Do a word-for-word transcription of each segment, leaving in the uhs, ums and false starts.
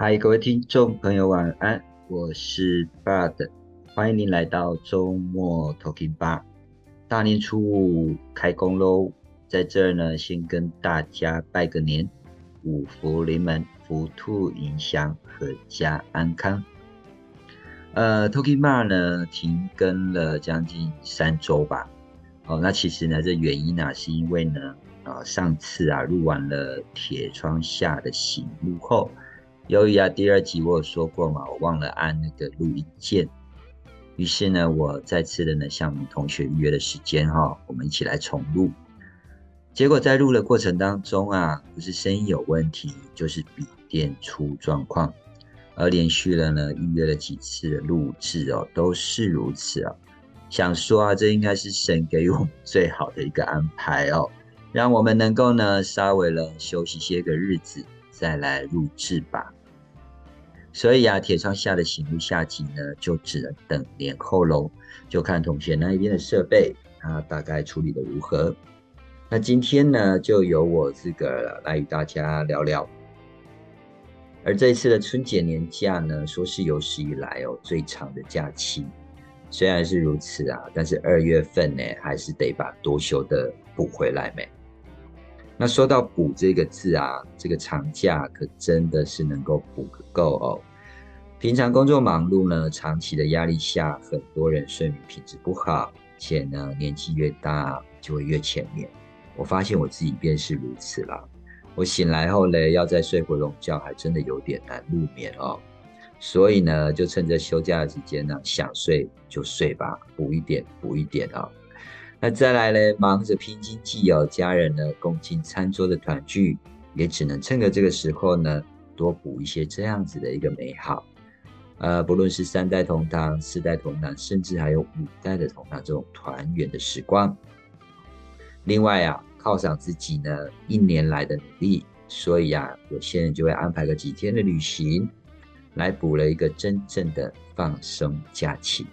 嗨，各位听众朋友，晚安，我是 Bud，欢迎您来到周末 Talking Bar。大年初五开工喽，在这儿呢，先跟大家拜个年，五福临门，福兔迎祥，阖家安康。呃，Talking Bar 呢停更了将近三周吧。哦，那其实呢，这原因呢，是因为呢，呃，上次啊录完了铁窗下的醒路后，由于啊第二集我有说过嘛，我忘了按那个录音键，于是呢，我再次的呢向我们同学预约了时间哈、哦，我们一起来重录。结果在录的过程当中啊，不是声音有问题，就是笔电出状况，而连续了呢预约了几次的录制哦，都是如此哦。想说啊，这应该是神给我们最好的一个安排哦，让我们能够呢稍微的休息些个日子，再来录制吧。所以啊，铁窗下的醒目下集呢，就只能等年后喽，就看同学那一边的设备，他大概处理的如何。那今天呢，就由我这个来与大家聊聊。而这一次的春节年假呢，说是有史以来哦最长的假期。虽然是如此啊，但是二月份呢，还是得把多休的补回来没。那说到补这个字啊，这个长假可真的是能够补个够哦。平常工作忙碌呢，长期的压力下，很多人睡眠品质不好，且呢年纪越大就会越浅眠。我发现我自己便是如此啦。我醒来后呢，要再睡回笼觉，还真的有点难入眠哦。所以呢，就趁着休假的时间呢，想睡就睡吧，补一点补一点哦。那再来呢，忙着拼经济哦，家人呢共进餐桌的团聚，也只能趁着这个时候呢，多补一些这样子的一个美好。呃，不论是三代同堂、四代同堂，甚至还有五代的同堂这种团圆的时光。另外啊，犒赏自己呢一年来的努力，所以啊，有些人就会安排个几天的旅行，来补了一个真正的放松假期。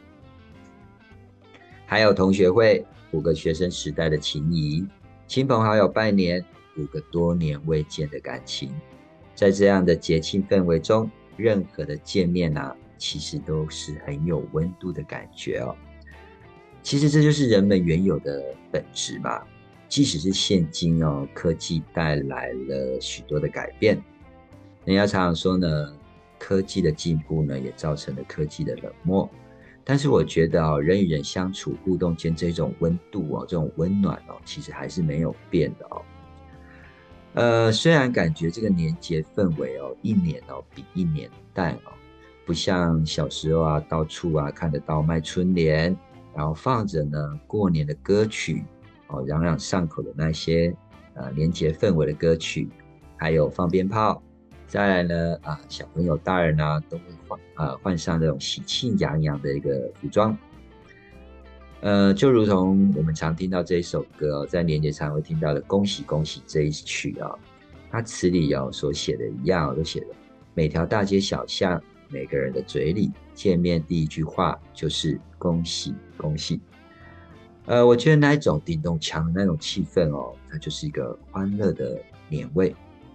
还有同学会，补个学生时代的情谊；亲朋好友拜年，补个多年未见的感情。在这样的节庆氛围中，任何的见面啊，其实都是很有温度的感觉哦。其实这就是人们原有的本质嘛。即使是现今哦，科技带来了许多的改变，人家常常说呢，科技的进步呢，也造成了科技的冷漠。但是我觉得哦，人与人相处互动间这种温度哦，这种温暖哦，其实还是没有变的哦。呃，虽然感觉这个年节氛围哦，一年哦比一年淡哦，不像小时候啊，到处啊看得到卖春联，然后放着呢过年的歌曲哦，朗朗上口的那些呃年节氛围的歌曲，还有放鞭炮。再来呢啊，小朋友、大人啊都会换啊换上这种喜气洋洋的一个服装。呃，就如同我们常听到这一首歌哦，在年节常会听到的“恭喜恭喜”这一曲哦，它词里哦所写的一样哦，都写的每条大街小巷，每个人的嘴里，见面第一句话就是“恭喜恭喜”。呃，我觉得那一种叮咚锵的那种气氛哦，它就是一个欢乐的年味。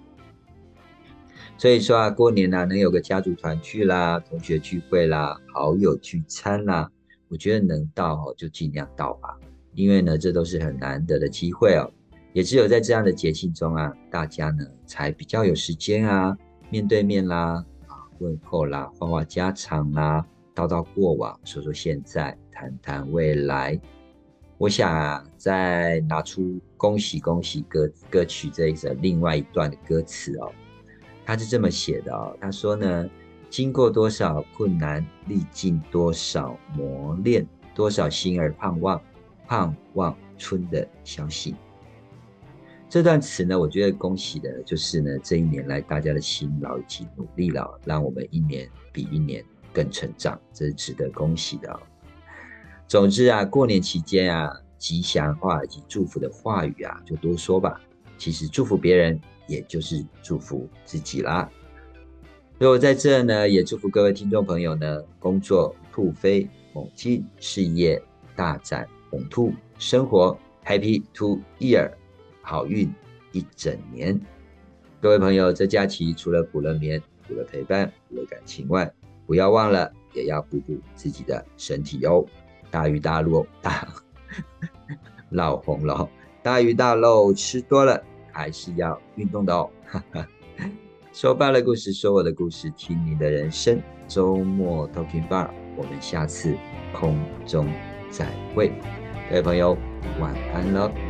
所以说啊，过年啊，能有个家族团聚啦、同学聚会啦、好友聚餐啦，我觉得能到哦就尽量到吧，因为呢，这都是很难得的机会哦。也只有在这样的节庆中啊，大家呢才比较有时间啊，面对面啦，啊问候啦，话话家常啦，叨叨过往，说说现在，谈谈未来。我想啊，再拿出“恭喜恭喜”歌歌曲这一首另外一段的歌词哦。他是这么写的哦，他说呢，经过多少困难，历尽多少磨练，多少心儿盼望，盼望春的消息。这段词呢，我觉得恭喜的就是呢，这一年来大家的辛劳以及努力了，让我们一年比一年更成长，这是值得恭喜的哦。总之啊，过年期间啊，吉祥话以及祝福的话语啊，就多说吧。其实祝福别人，也就是祝福自己啦。所以我在这呢，也祝福各位听众朋友呢，工作突飞猛进，事业大展宏图，生活 Happy to Year，好运一整年。各位朋友，这假期除了补了眠， 除了陪伴，除了感情外，不要忘了也要补补自己的身体哦。大鱼大肉，大老红了，大鱼大肉吃多了还是要运动的哦。说罢了故事，说我的故事，听你的人生。周末 Talking Bar，我们下次空中再会，各位朋友晚安了。